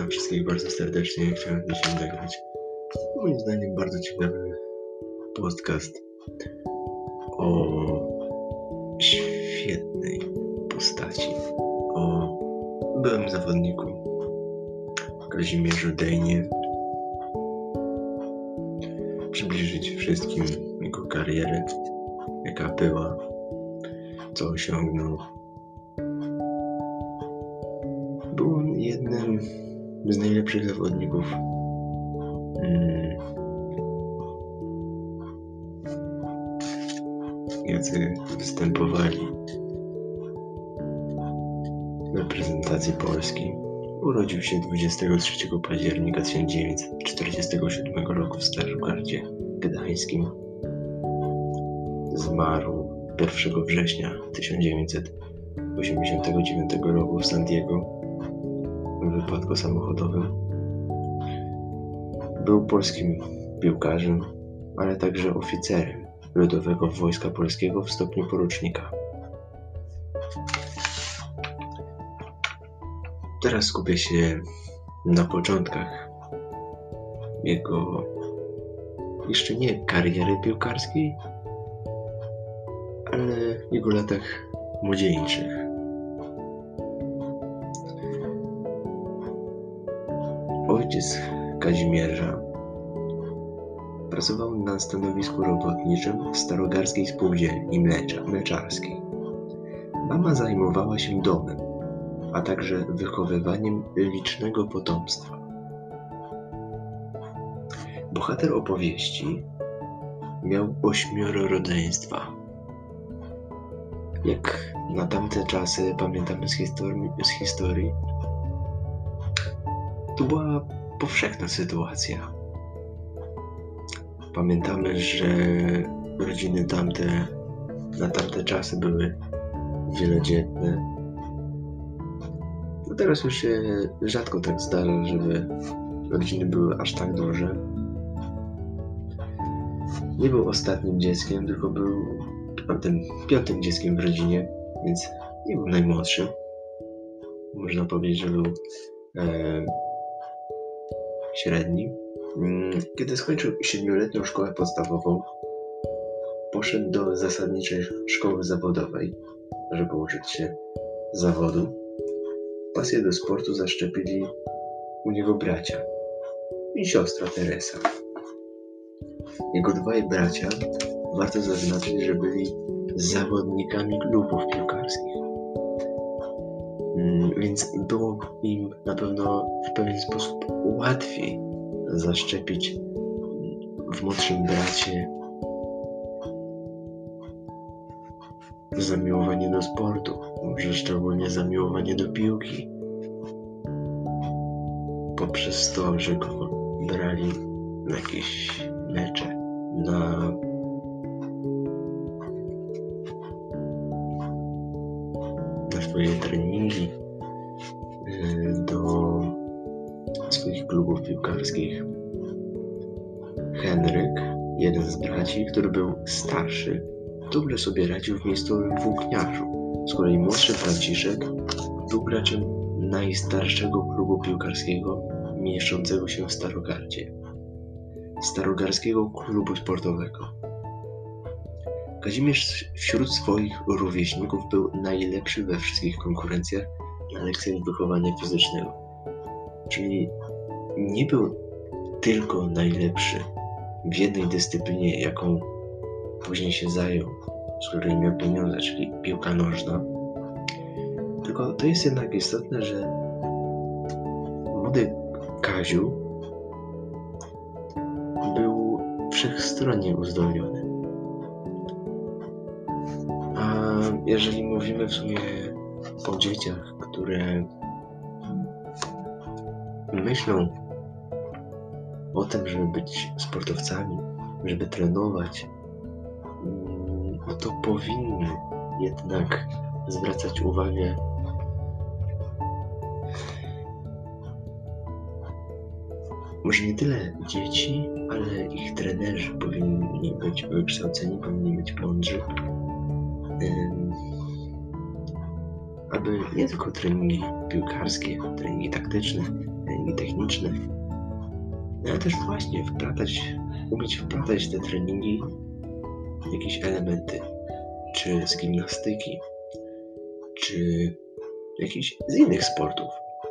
Witam wszystkich bardzo serdecznie. Chciałem dzisiaj nagrać moim zdaniem bardzo ciekawy podcast o świetnej postaci, o byłym zawodniku Kazimierzu Dejnie. Przybliżyć wszystkim jego karierę, jaka była, co osiągnął. Był on jednym z najlepszych zawodników jacy występowali w reprezentacji Polski. Urodził się 23 października 1947 roku w Starogardzie Gdańskim. Zmarł 1 września 1989 roku w San Diego w wypadku samochodowym. Był polskim piłkarzem, ale także oficerem Ludowego Wojska Polskiego w stopniu porucznika. Teraz skupię się na początkach jego jeszcze nie kariery piłkarskiej, ale jego latach młodzieńczych. Ojciec Kazimierza pracował na stanowisku robotniczym w Starogardzkiej Spółdzielni Mleczarskiej. Mama zajmowała się domem, a także wychowywaniem licznego potomstwa. Bohater opowieści miał 8 rodzeństwa. Jak na tamte czasy pamiętamy z historii, to była powszechna sytuacja. Pamiętamy, że rodziny na tamte czasy były wielodzietne. No teraz już się rzadko tak zdarza, żeby rodziny były aż tak duże. Nie był ostatnim dzieckiem, tylko był piątym dzieckiem w rodzinie, więc nie był najmłodszym. Można powiedzieć, że był średni. Kiedy skończył 7-letnią szkołę podstawową, poszedł do zasadniczej szkoły zawodowej, żeby uczyć się zawodu. Pasję do sportu zaszczepili u niego bracia i siostra Teresa. Jego dwaj bracia, warto zaznaczyć, że byli zawodnikami klubów piłkarskich, więc było im na pewno w pewien sposób łatwiej zaszczepić w młodszym bracie zamiłowanie do sportu, może szczególnie zamiłowanie do piłki, poprzez to, że go brali na jakieś mecze, na swoje treningi, do swoich klubów piłkarskich. Henryk, jeden z braci, który był starszy, dobrze sobie radził w miejscowym włókniarzu. Z kolei młodszy Franciszek był graczem najstarszego klubu piłkarskiego mieszczącego się w Starogardzie, Starogardzkiego Klubu Sportowego. Kazimierz wśród swoich rówieśników był najlepszy we wszystkich konkurencjach na lekcjach wychowania fizycznego. Czyli nie był tylko najlepszy w jednej dyscyplinie, jaką później się zajął, z której miał pieniądze, czyli piłka nożna. Tylko to jest jednak istotne, że młody Kaziu był wszechstronnie uzdolniony. A jeżeli mówimy w sumie o dzieciach, które myślą o tym, żeby być sportowcami, żeby trenować, no to powinny jednak zwracać uwagę może nie tyle dzieci, ale ich trenerzy powinni być wykształceni, powinni być mądrzy, aby nie tylko treningi piłkarskie, treningi taktyczne, treningi techniczne, ale też właśnie umieć wplatać te treningi w jakieś elementy, czy z gimnastyki, czy jakichś z innych sportów.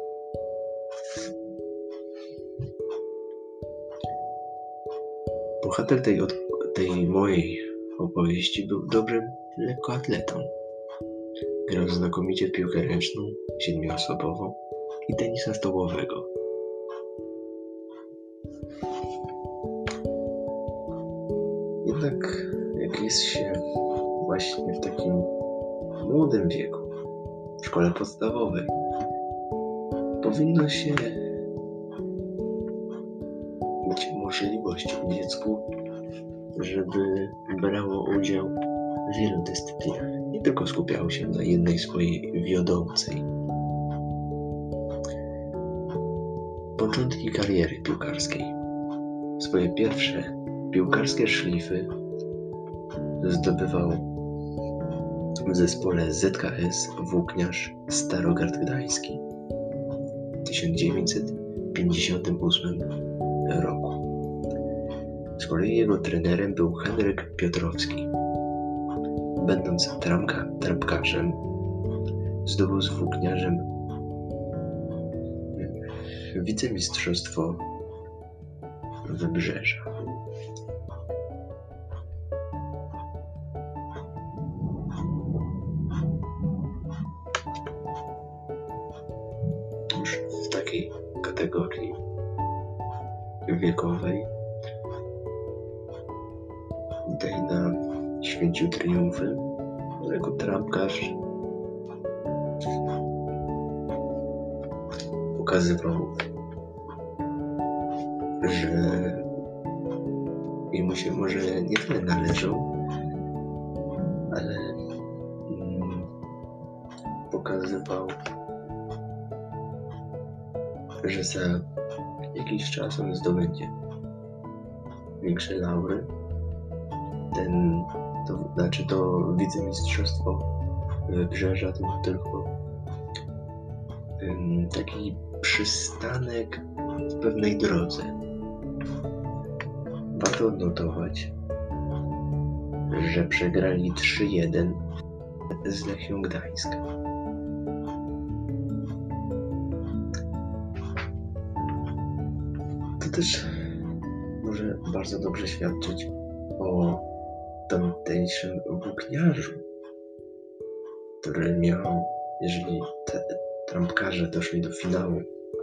Bohater tej mojej opowieści był dobrym lekkoatletą. Grał znakomicie w piłkę ręczną, 7-osobową i tenisa stołowego. Jednak jak jest się właśnie w takim młodym wieku, w szkole podstawowej, powinno się mieć możliwość dziecku, żeby brało udział w wielu dyscyplinach, nie tylko skupiało się na jednej swojej wiodącej. Początki kariery piłkarskiej. Swoje pierwsze piłkarskie szlify zdobywał w zespole ZKS Włókniarz Starogard Gdański w 1958 roku. Z kolei jego trenerem był Henryk Piotrowski. Będąc trampkarzem, zdobył z włókniarzem wicemistrzostwo Wybrzeża. Już w takiej kategorii wiekowej Dejna święcił triumfy, jako trampkarz pokazywał, że jemu się może nie tyle należą, ale pokazywał, że za jakiś czas on zdobędzie większe laury. To wicemistrzostwo Wybrzeża to tylko taki przystanek w pewnej drodze. Warto odnotować, że przegrali 3-1 z Lechią Gdańsk. To też może bardzo dobrze świadczyć o tamtejszym włókniarzu, który miał, jeżeli te trampkarze doszli do finału,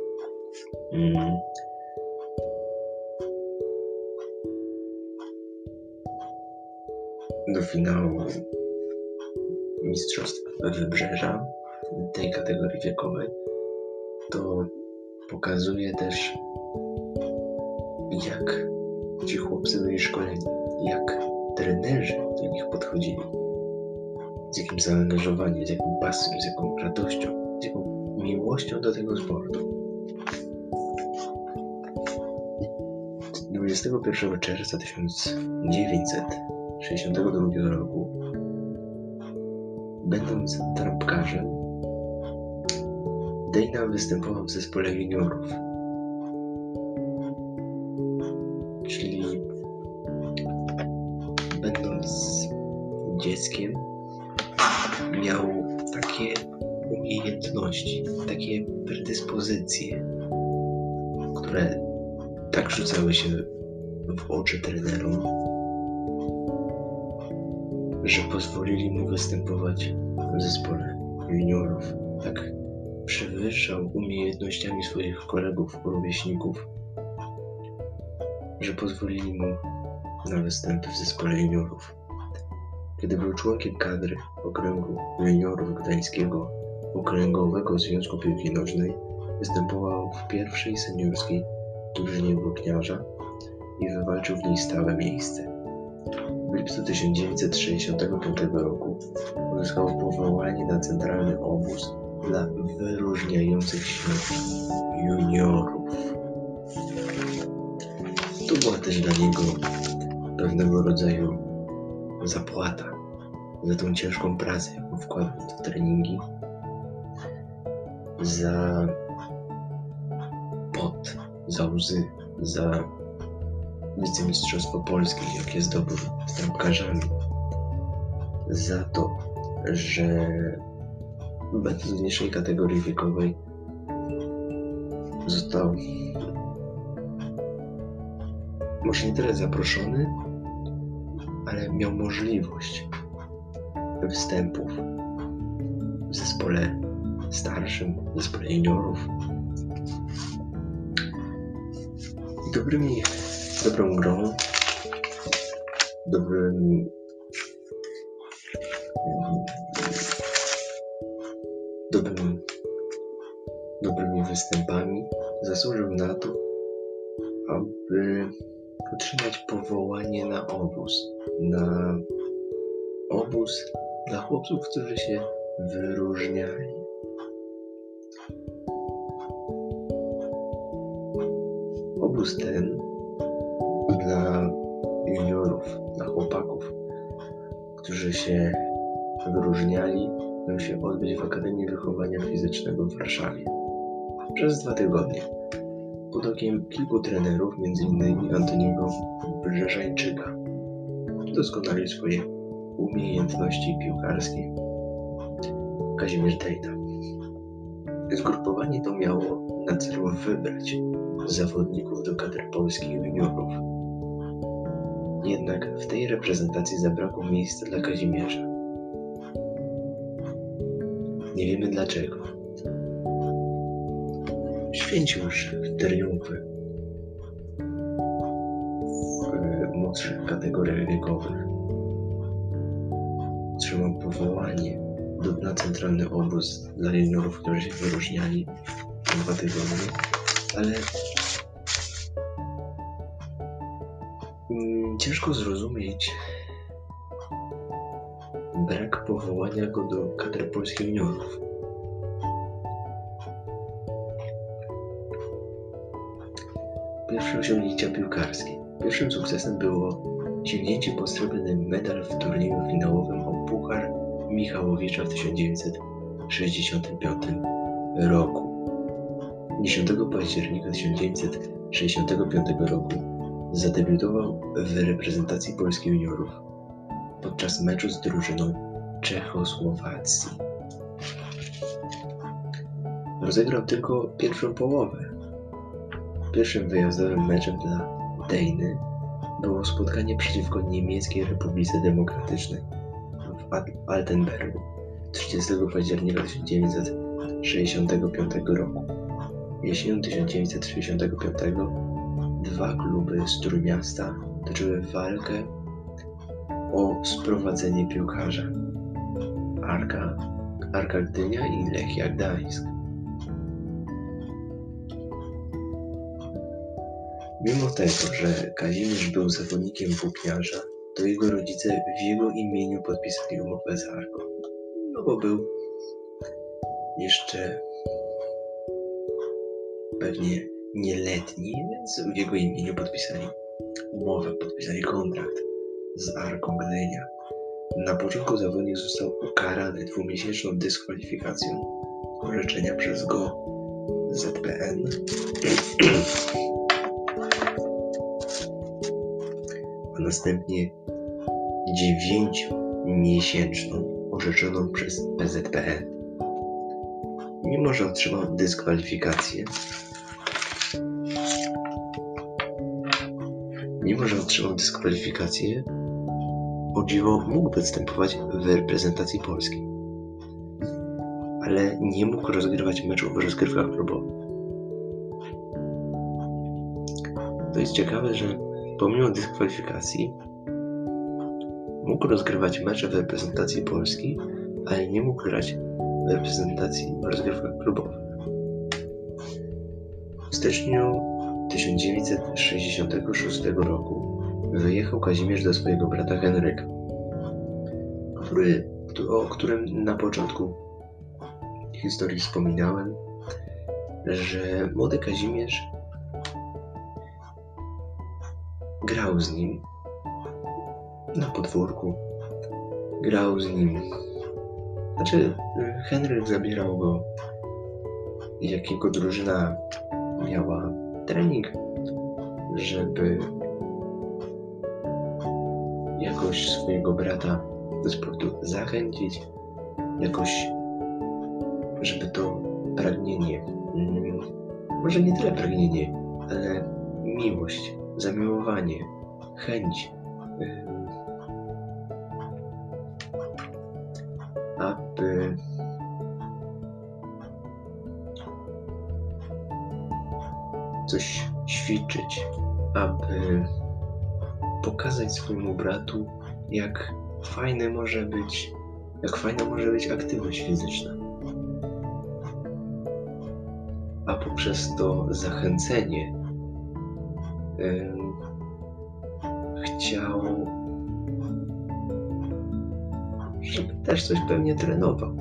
Mistrzostw Wybrzeża tej kategorii wiekowej, to pokazuje też, jak ci chłopcy byli szkoleni, jak trenerzy do nich podchodzili, z jakim zaangażowaniem, z jaką pasją, z jaką radością, z jaką miłością do tego sportu. 21 czerwca 1962 roku, będąc trampkarzem, Dejna występował w zespole juniorów, czyli będąc dzieckiem miał takie umiejętności, takie predyspozycje, które tak rzucały się w oczy trenerom, że pozwolili mu występować w zespole juniorów. Tak przewyższał umiejętnościami swoich kolegów, rówieśników, że pozwolili mu na występy w zespole juniorów. Kiedy był członkiem kadry okręgu juniorów Gdańskiego Okręgowego Związku Piłki Nożnej, występował w pierwszej seniorskiej drużynie włókniarza i wywalczył w niej stałe miejsce. W lipcu 1965 roku uzyskał powołanie na centralny obóz dla wyróżniających się juniorów. To była też dla niego pewnego rodzaju zapłata za tą ciężką pracę, jaką wkładał w treningi, za pot, za łzy, za wicemistrzostwo Polski, jakie zdobył z trampkarzami, za to, że będąc w niższej kategorii wiekowej został może nie tyle zaproszony, ale miał możliwość występów w zespole starszym, w zespole juniorów. Dobrą grą, dobrymi występami zasłużył na to, aby otrzymać powołanie na obóz dla chłopców, którzy się wyróżniali. Obóz ten dla juniorów, dla chłopaków, którzy się wyróżniali, miał się odbyć w Akademii Wychowania Fizycznego w Warszawie przez 2 tygodnie pod okiem kilku trenerów, m.in. Antoniego Brzeżańczyka. Doskonalił swoje umiejętności piłkarskie Kazimierz Dejda. Zgrupowanie to miało na celu wybrać zawodników do kadry polskich juniorów. Jednak w tej reprezentacji zabrakło miejsca dla Kazimierza. Nie wiemy dlaczego. Święcił już triumfy w młodszych kategoriach wiekowych. Otrzymał powołanie na centralny obóz dla juniorów, którzy się wyróżniali na 2 tygodnie, ale ciężko zrozumieć brak powołania go do kadry polskich juniorów. Pierwsze osiągnięcia piłkarskie. Pierwszym sukcesem było sięgnięcie po srebrny medal w turnieju finałowym o Puchar Michałowicza w 1965 roku. 10 października 1965 roku zadebiutował w reprezentacji Polski juniorów podczas meczu z drużyną Czechosłowacji. Rozegrał tylko pierwszą połowę. Pierwszym wyjazdowym meczem dla Dejny było spotkanie przeciwko Niemieckiej Republice Demokratycznej w Altenbergu 30 października 1965 roku. Jesienią 1965 2 kluby z Trójmiasta toczyły walkę o sprowadzenie piłkarza. Arka Gdynia i Lechia Gdańsk. Mimo tego, że Kazimierz był zawodnikiem włókniarza, to jego rodzice w jego imieniu podpisali umowę z Arką. No bo był jeszcze pewnie nieletni, więc w jego imieniu podpisali umowę, podpisali kontrakt z Arką Gdynia. Na początku zawodnik został ukarany 2-miesięczną dyskwalifikacją orzeczenia przez go ZPN. A następnie 9-miesięczną orzeczoną przez PZPN. Mimo że otrzymał dyskwalifikację, o dziwo mógł występować w reprezentacji Polski, ale nie mógł rozgrywać meczów w rozgrywkach klubowych. To jest ciekawe, że pomimo dyskwalifikacji mógł rozgrywać mecze w reprezentacji Polski, ale nie mógł grać w reprezentacji w rozgrywkach klubowych. W styczniu 1966 roku wyjechał Kazimierz do swojego brata Henryka, o którym na początku historii wspominałem, że młody Kazimierz grał z nim na podwórku, Henryk zabierał go, jak jego drużyna miała trening, żeby jakoś swojego brata do sportu zachęcić, jakoś, żeby to pragnienie, może nie tyle pragnienie, ale miłość, zamiłowanie, chęć, aby coś ćwiczyć, aby pokazać swojemu bratu, jak fajna może być aktywność fizyczna. A poprzez to zachęcenie chciał, żeby też coś pewnie trenował.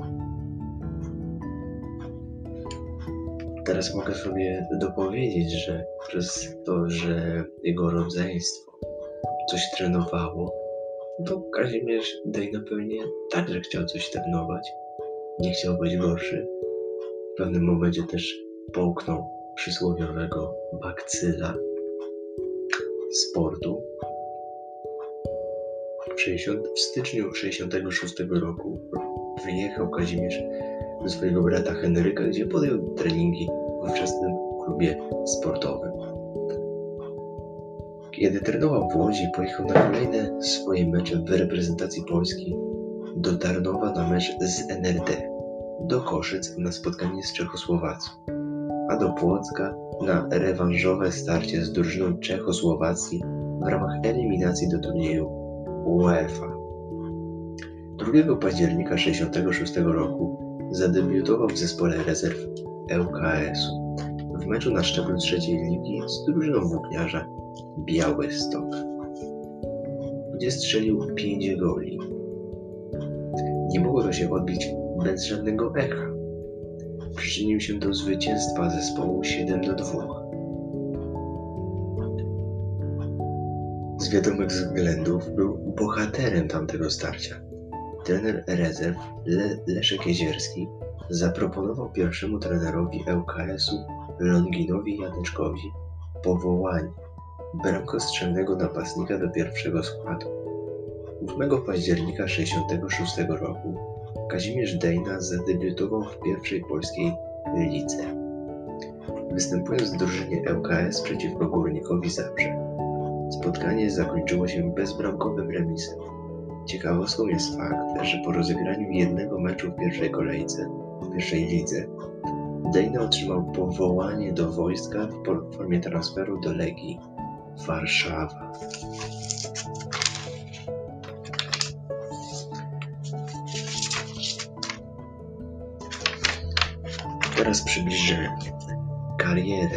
Teraz mogę sobie dopowiedzieć, że przez to, że jego rodzeństwo coś trenowało, to Kazimierz Dejna pewnie także chciał coś trenować. Nie chciał być gorszy. W pewnym momencie też połknął przysłowiowego bakcyla sportu. W styczniu 1966 roku wyjechał Kazimierz do swojego brata Henryka, gdzie podjął treningi w ówczesnym klubie sportowym. Kiedy trenował w Łodzi, pojechał na kolejne swoje mecze w reprezentacji Polski do Tarnowa na mecz z NRD, do Koszyc na spotkanie z Czechosłowacją, a do Płocka na rewanżowe starcie z drużyną Czechosłowacji w ramach eliminacji do turnieju UEFA. 2 października 1966 roku zadebiutował w zespole rezerw ŁKS-u w meczu na szczeblu trzeciej ligi z drużyną włókniarza Białystok, gdzie strzelił 5 goli. Nie mogło to się odbić bez żadnego echa. Przyczynił się do zwycięstwa zespołu 7-2. Z wiadomych względów był bohaterem tamtego starcia. Trener rezerw Leszek Jezierski zaproponował pierwszemu trenerowi ŁKS-u Longinowi Janeczkowi powołanie bramkostrzelnego napastnika do pierwszego składu. 8 października 1966 roku Kazimierz Dejna zadebiutował w pierwszej polskiej lidze, występując w drużynie ŁKS przeciwko Górnikowi Zabrze. Spotkanie zakończyło się bezbramkowym remisem. Ciekawostką jest fakt, że po rozegraniu jednego meczu w pierwszej kolejce, w pierwszej lidze, Dejna otrzymał powołanie do wojska w formie transferu do Legii Warszawa. Teraz przybliżę karierę,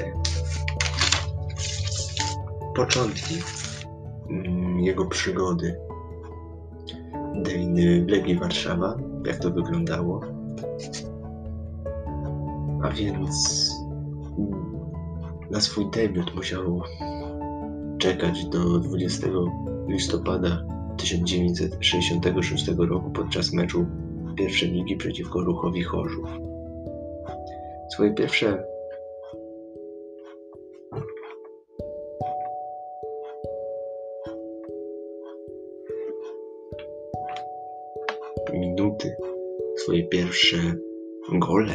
początki jego przygody Dejny w Legii Warszawa, jak to wyglądało. A więc na swój debiut musiał czekać do 20 listopada 1966 roku podczas meczu pierwszej ligi przeciwko Ruchowi Chorzów. Swoje pierwsze minuty, swoje pierwsze gole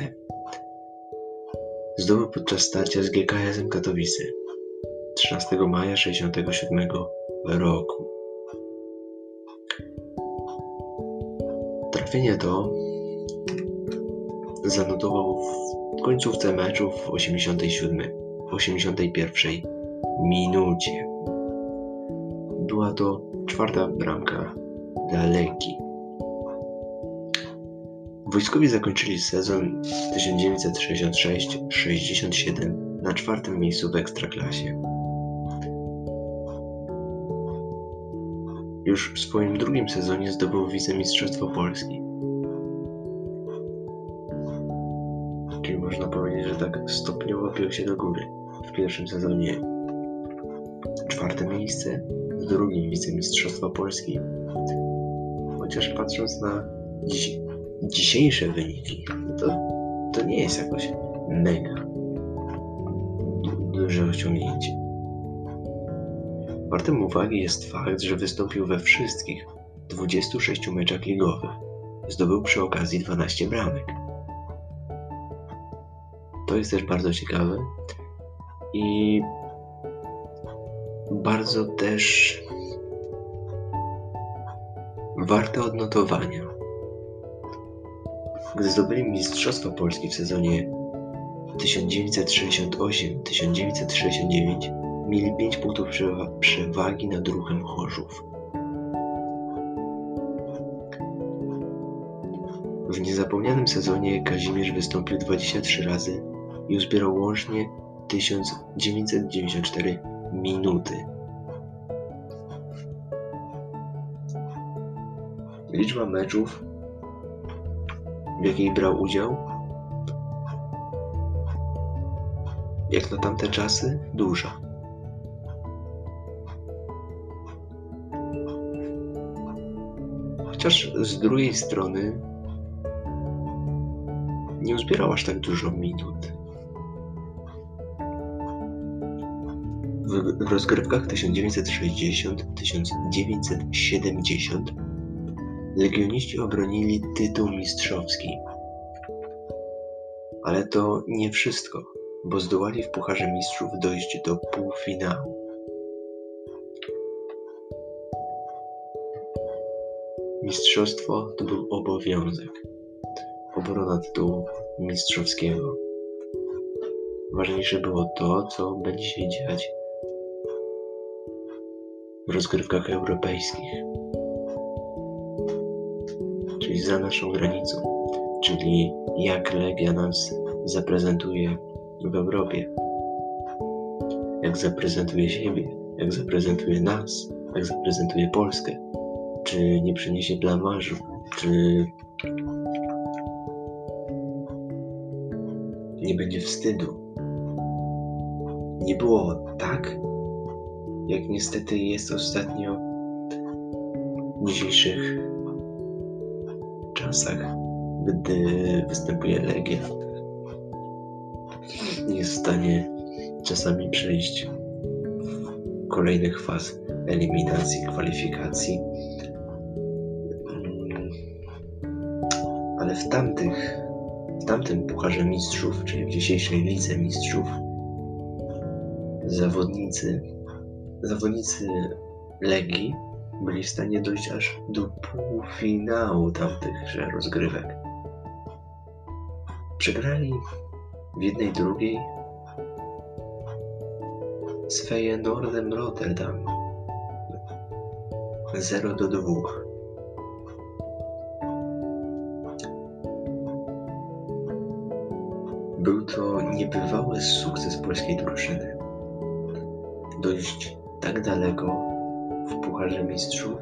zdobył podczas starcia z GKS-em Katowice 13 maja 1967 roku. Trafienie to zanotował w końcówce meczu w 81 minucie. Była to 4. bramka dla Legii. Wojskowi zakończyli sezon 1966-67 na 4. miejscu w Ekstraklasie. Już w swoim drugim sezonie zdobył wicemistrzostwo Polski. Czyli można powiedzieć, że tak stopniowo piął się do góry. W pierwszym sezonie 4. miejsce, w drugim wicemistrzostwo Polski. Chociaż patrząc na dzisiejsze wyniki, to nie jest jakoś mega. duże osiągnięcie. Wartym uwagi jest fakt, że wystąpił we wszystkich 26 meczach ligowych. Zdobył przy okazji 12 bramek. To jest też bardzo ciekawe i bardzo też warte odnotowania. Gdy zdobyli Mistrzostwa Polski w sezonie 1968-1969, mieli 5 punktów przewagi nad Ruchem Chorzów. W niezapomnianym sezonie Kazimierz wystąpił 23 razy i uzbierał łącznie 1994 minuty. Liczba meczów, w jakiej brał udział, jak na tamte czasy, duża. Chociaż z drugiej strony nie uzbierał aż tak dużo minut. W rozgrywkach 1960-1970 legioniści obronili tytuł mistrzowski. Ale to nie wszystko, bo zdołali w Pucharze Mistrzów dojść do półfinału. Mistrzostwo to był obowiązek. Obrona tytułu mistrzowskiego. Ważniejsze było to, co będzie się dziać w rozgrywkach europejskich, czyli za naszą granicą, czyli jak Legia nas zaprezentuje w Europie, jak zaprezentuje siebie, jak zaprezentuje nas, jak zaprezentuje Polskę, czy nie przyniesie blamażu, czy nie będzie wstydu. Nie było tak, jak niestety jest ostatnio w dzisiejszych czasach, gdy występuje Legia. Nie jest w stanie czasami przejść kolejnych faz eliminacji, kwalifikacji. Ale w tamtym Pucharze Mistrzów, czyli w dzisiejszej Lidze Mistrzów, zawodnicy Legii byli w stanie dojść aż do półfinału tamtychże rozgrywek. Przegrali w jednej drugiej z Feyenoordem Rotterdam 0-2. Był to niebywały sukces polskiej drużyny. Dojść tak daleko w Pucharze Mistrzów.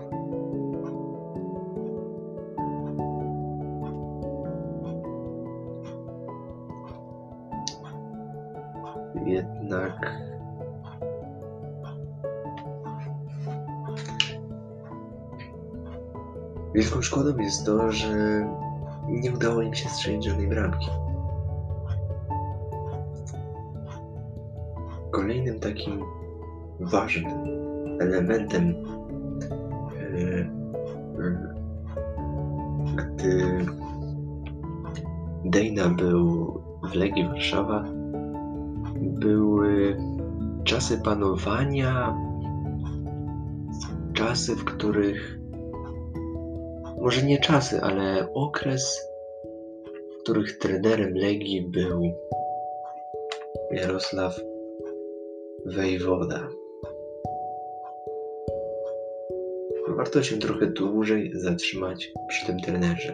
Jednak wielką szkodą jest to, że nie udało im się strzelić żadnej bramki. Kolejnym takim ważnym elementem, gdy Dejna był w Legii Warszawa, były czasy panowania, czasy, w których, może nie czasy, ale okres, w których trenerem Legii był Jarosław Wejwoda. Warto się trochę dłużej zatrzymać przy tym trenerze,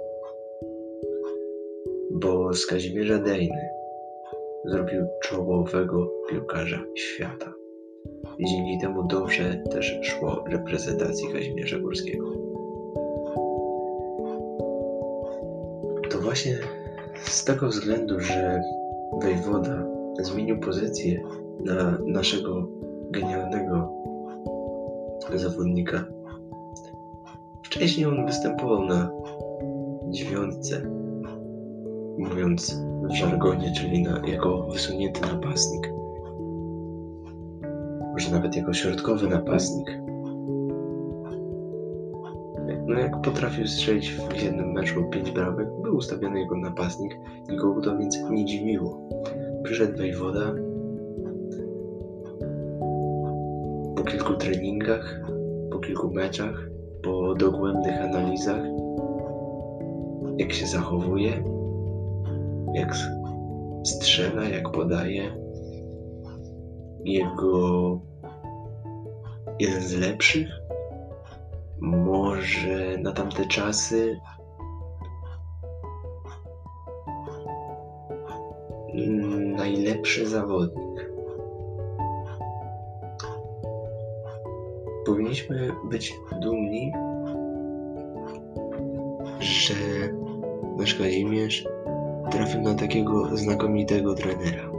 bo z Kazimierza Dejny zrobił czołowego piłkarza świata i dzięki temu dobrze też szło reprezentacji Kazimierza Górskiego. To właśnie z tego względu, że Wejwoda zmienił pozycję na naszego genialnego zawodnika. Wcześniej on występował na 9, mówiąc w żargonie, czyli jako wysunięty napastnik. może nawet jako środkowy napastnik. Jak potrafił strzelić w jednym meczu 5 bramek, był ustawiony jako napastnik i go to więc nie dziwiło. Przyszedł Wejwoda po kilku treningach, po kilku meczach, po dogłębnych analizach, jak się zachowuje, jak strzela, jak podaje. Jego jeden z lepszych, może na tamte czasy najlepszy zawodnik. Powinniśmy być dumni, że nasz Kazimierz trafił na takiego znakomitego trenera,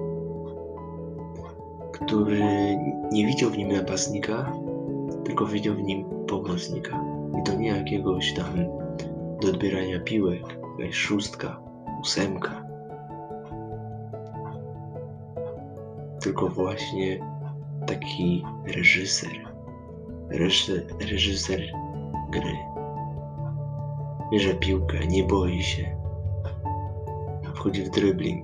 który nie widział w nim napastnika, tylko widział w nim pomocnika. I to nie jakiegoś tam do odbierania piłek, jakaś 6, 8, tylko właśnie taki reżyser gry. Bierze piłkę, nie boi się, wchodzi w dribbling.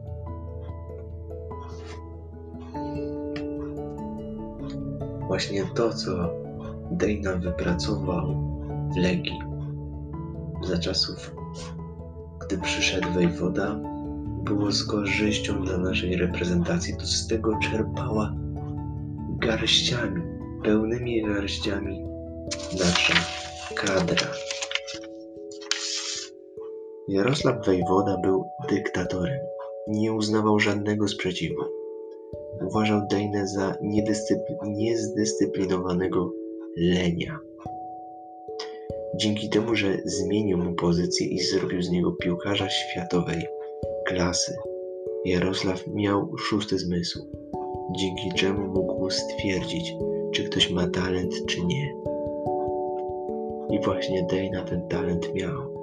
Właśnie to, co Dejna wypracował w Legii za czasów, gdy przyszedł Wejwoda, było z korzyścią dla naszej reprezentacji. To z tego czerpała garściami, pełnymi garściami nasza kadra. Jarosław Wejwoda był dyktatorem. Nie uznawał żadnego sprzeciwu. Uważał Dejnę za niezdyscyplinowanego lenia. Dzięki temu, że zmienił mu pozycję i zrobił z niego piłkarza światowej klasy, Jarosław miał 6. zmysł, dzięki czemu mógł stwierdzić, czy ktoś ma talent, czy nie. I właśnie Dejna ten talent miał.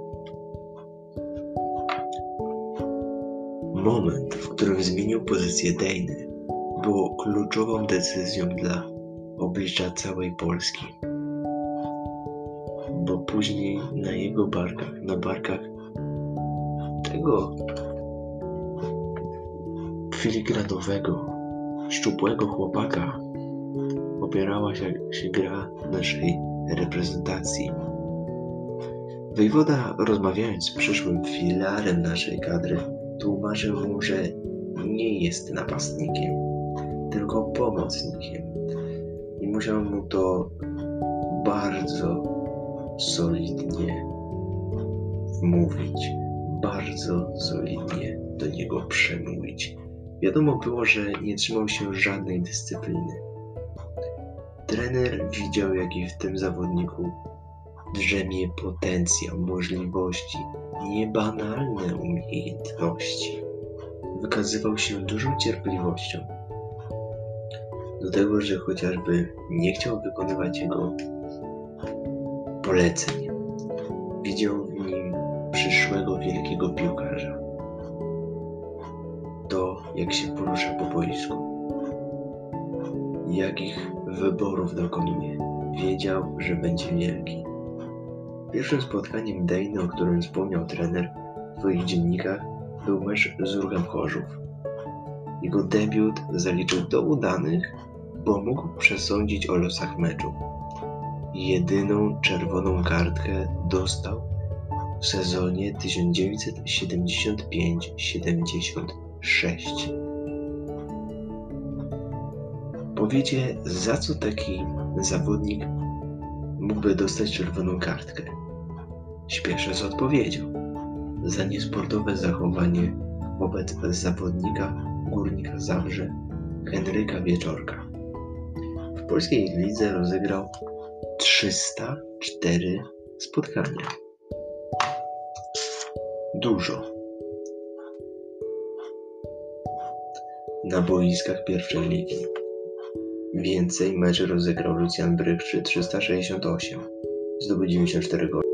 Moment, w którym zmienił pozycję Dejny, było kluczową decyzją dla oblicza całej Polski. Bo później na jego barkach, na barkach tego filigranowego, szczupłego chłopaka opierała się gra naszej reprezentacji. Wejwoda, rozmawiając z przyszłym filarem naszej kadry, tłumaczył mu, że nie jest napastnikiem, tylko pomocnikiem. I musiał mu to bardzo solidnie wmówić, bardzo solidnie do niego przemówić. Wiadomo było, że nie trzymał się żadnej dyscypliny. Trener widział, jaki w tym zawodniku drzemie potencjał, możliwości, niebanalne umiejętności. Wykazywał się dużą cierpliwością. Do tego, że chociażby nie chciał wykonywać jego poleceń. Widział w nim przyszłego wielkiego piłkarza. To, jak się porusza po boisku, jakich wyborów dokonuje, wiedział, że będzie wielki. Pierwszym spotkaniem Dejny, o którym wspomniał trener w swoich dziennikach, był mecz z Ruchem Chorzów. Jego debiut zaliczył do udanych, bo mógł przesądzić o losach meczu. Jedyną czerwoną kartkę dostał w sezonie 1975-76. Powiecie, za co taki zawodnik mógłby dostać czerwoną kartkę? Śpieszę z odpowiedzią. Za niesportowe zachowanie wobec zawodnika Górnika Zabrze Henryka Wieczorka. W polskiej lidze rozegrał 304 spotkania. Dużo. Na boiskach pierwszej ligi. Więcej meczy rozegrał Lucjan Brykczy, 368. Zdobył 94 gole.